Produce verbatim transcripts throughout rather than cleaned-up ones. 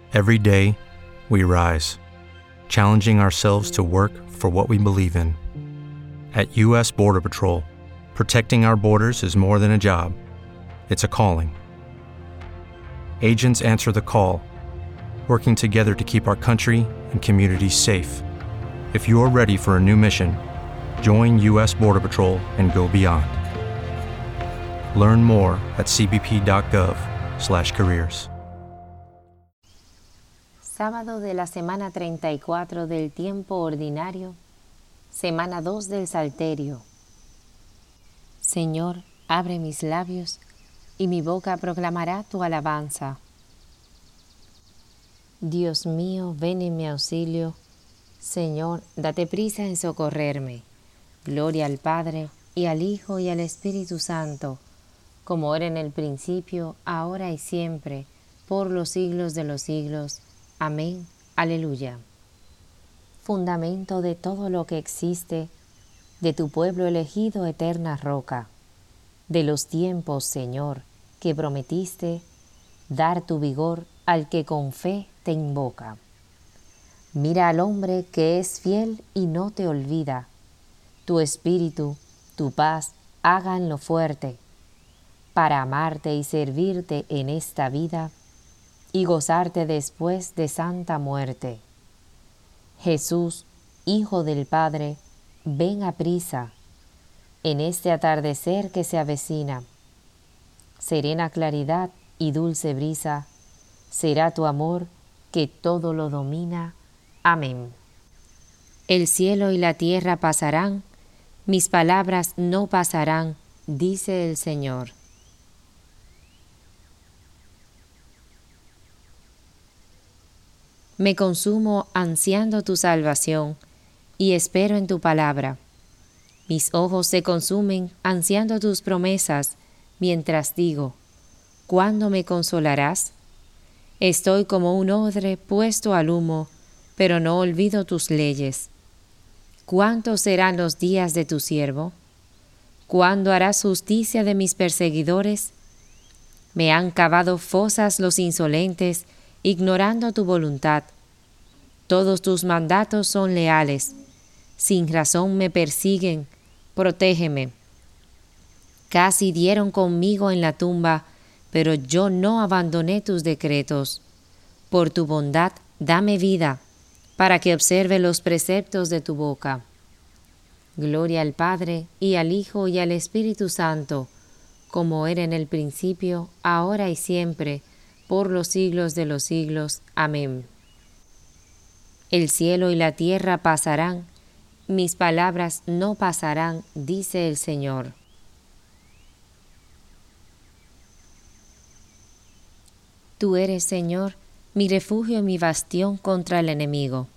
Every day, we rise, challenging ourselves to work for what we believe in. At U S Border Patrol, protecting our borders is more than a job, it's a calling. Agents answer the call, working together to keep our country and communities safe. If you are ready for a new mission, join U S Border Patrol and go beyond. Learn more at c b p dot gov slash careers. Sábado de la semana treinta y cuatro del tiempo ordinario, semana dos del Salterio. Señor, abre mis labios, y mi boca proclamará tu alabanza. Dios mío, ven en mi auxilio. Señor, date prisa en socorrerme. Gloria al Padre, y al Hijo, y al Espíritu Santo, como era en el principio, ahora y siempre, por los siglos de los siglos. Amén. Aleluya. Fundamento de todo lo que existe, de tu pueblo elegido, eterna roca. De los tiempos, Señor, que prometiste dar tu vigor al que con fe te invoca. Mira al hombre que es fiel y no te olvida. Tu espíritu, tu paz, háganlo fuerte, para amarte y servirte en esta vida y gozarte después de santa muerte. Jesús, Hijo del Padre, ven aprisa, en este atardecer que se avecina. Serena claridad y dulce brisa, será tu amor que todo lo domina. Amén. El cielo y la tierra pasarán, mis palabras no pasarán, dice el Señor. Me consumo ansiando tu salvación y espero en tu palabra. Mis ojos se consumen ansiando tus promesas, mientras digo, ¿cuándo me consolarás? Estoy como un odre puesto al humo, pero no olvido tus leyes. ¿Cuántos serán los días de tu siervo? ¿Cuándo harás justicia de mis perseguidores? Me han cavado fosas los insolentes, ignorando tu voluntad. Todos tus mandatos son leales. Sin razón me persiguen, protégeme. Casi dieron conmigo en la tumba, pero yo no abandoné tus decretos. Por tu bondad, dame vida, para que observe los preceptos de tu boca. Gloria al Padre, y al Hijo, y al Espíritu Santo, como era en el principio, ahora y siempre, por los siglos de los siglos. Amén. El cielo y la tierra pasarán, mis palabras no pasarán, dice el Señor. Tú eres, Señor, mi refugio y mi bastión contra el enemigo.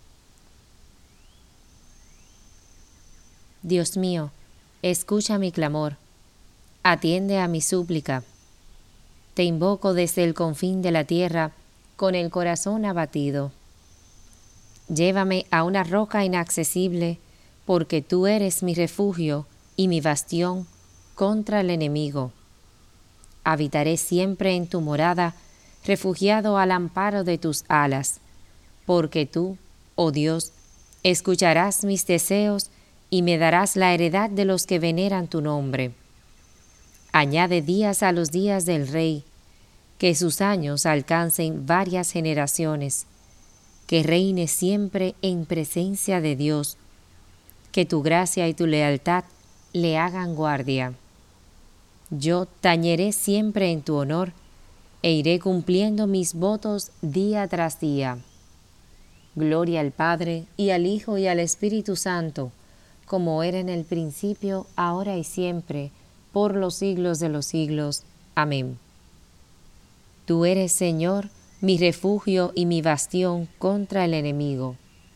Dios mío, escucha mi clamor, atiende a mi súplica. Te invoco desde el confín de la tierra, con el corazón abatido. Llévame a una roca inaccesible, porque tú eres mi refugio y mi bastión contra el enemigo. Habitaré siempre en tu morada, refugiado al amparo de tus alas, porque tú, oh Dios, escucharás mis deseos y me darás la heredad de los que veneran tu nombre. Añade días a los días del Rey, que sus años alcancen varias generaciones, que reine siempre en presencia de Dios, que tu gracia y tu lealtad le hagan guardia. Yo tañeré siempre en tu honor, e iré cumpliendo mis votos día tras día. Gloria al Padre, y al Hijo, y al Espíritu Santo, como era en el principio, ahora y siempre, por los siglos de los siglos. Amén. Tú eres, Señor, mi refugio y mi bastión contra el enemigo.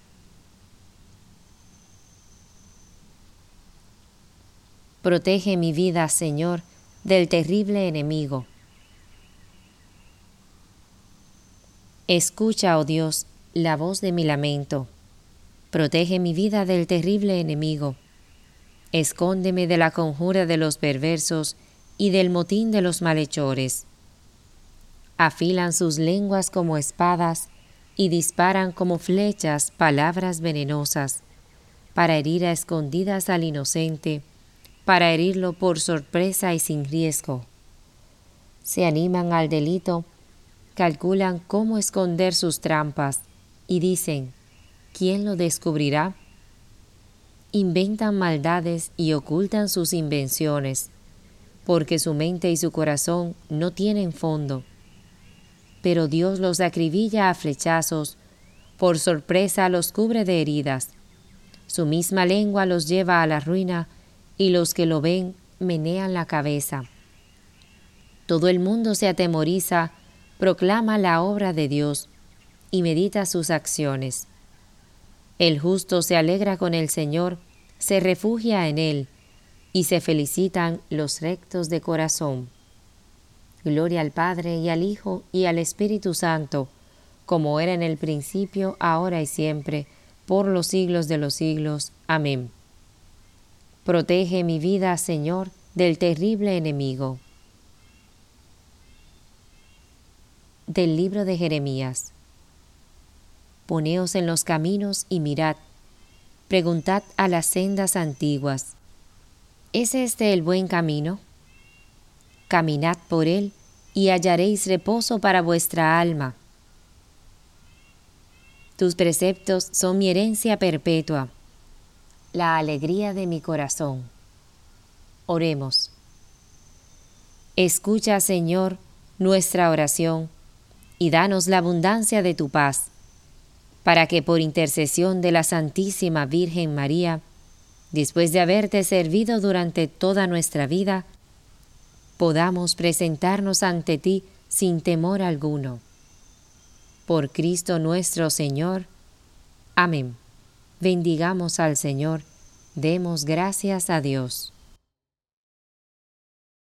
Protege mi vida, Señor, del terrible enemigo. Escucha, oh Dios, la voz de mi lamento. Protege mi vida del terrible enemigo. Escóndeme de la conjura de los perversos y del motín de los malhechores. Afilan sus lenguas como espadas y disparan como flechas palabras venenosas, para herir a escondidas al inocente, para herirlo por sorpresa y sin riesgo. Se animan al delito, calculan cómo esconder sus trampas y dicen, ¿quién lo descubrirá? Inventan maldades y ocultan sus invenciones, porque su mente y su corazón no tienen fondo. Pero Dios los acribilla a flechazos, por sorpresa los cubre de heridas. Su misma lengua los lleva a la ruina, y los que lo ven menean la cabeza. Todo el mundo se atemoriza, proclama la obra de Dios y medita sus acciones. El justo se alegra con el Señor, se refugia en Él, y se felicitan los rectos de corazón. Gloria al Padre, y al Hijo, y al Espíritu Santo, como era en el principio, ahora y siempre, por los siglos de los siglos. Amén. Protege mi vida, Señor, del terrible enemigo. Del libro de Jeremías. Poneos en los caminos y mirad, preguntad a las sendas antiguas, ¿es este el buen camino? Caminad por él y hallaréis reposo para vuestra alma. Tus preceptos son mi herencia perpetua, la alegría de mi corazón. Oremos. Escucha, Señor, nuestra oración, y danos la abundancia de tu paz, para que por intercesión de la Santísima Virgen María, después de haberte servido durante toda nuestra vida, podamos presentarnos ante ti sin temor alguno. Por Cristo nuestro Señor. Amén. Bendigamos al Señor, demos gracias a Dios.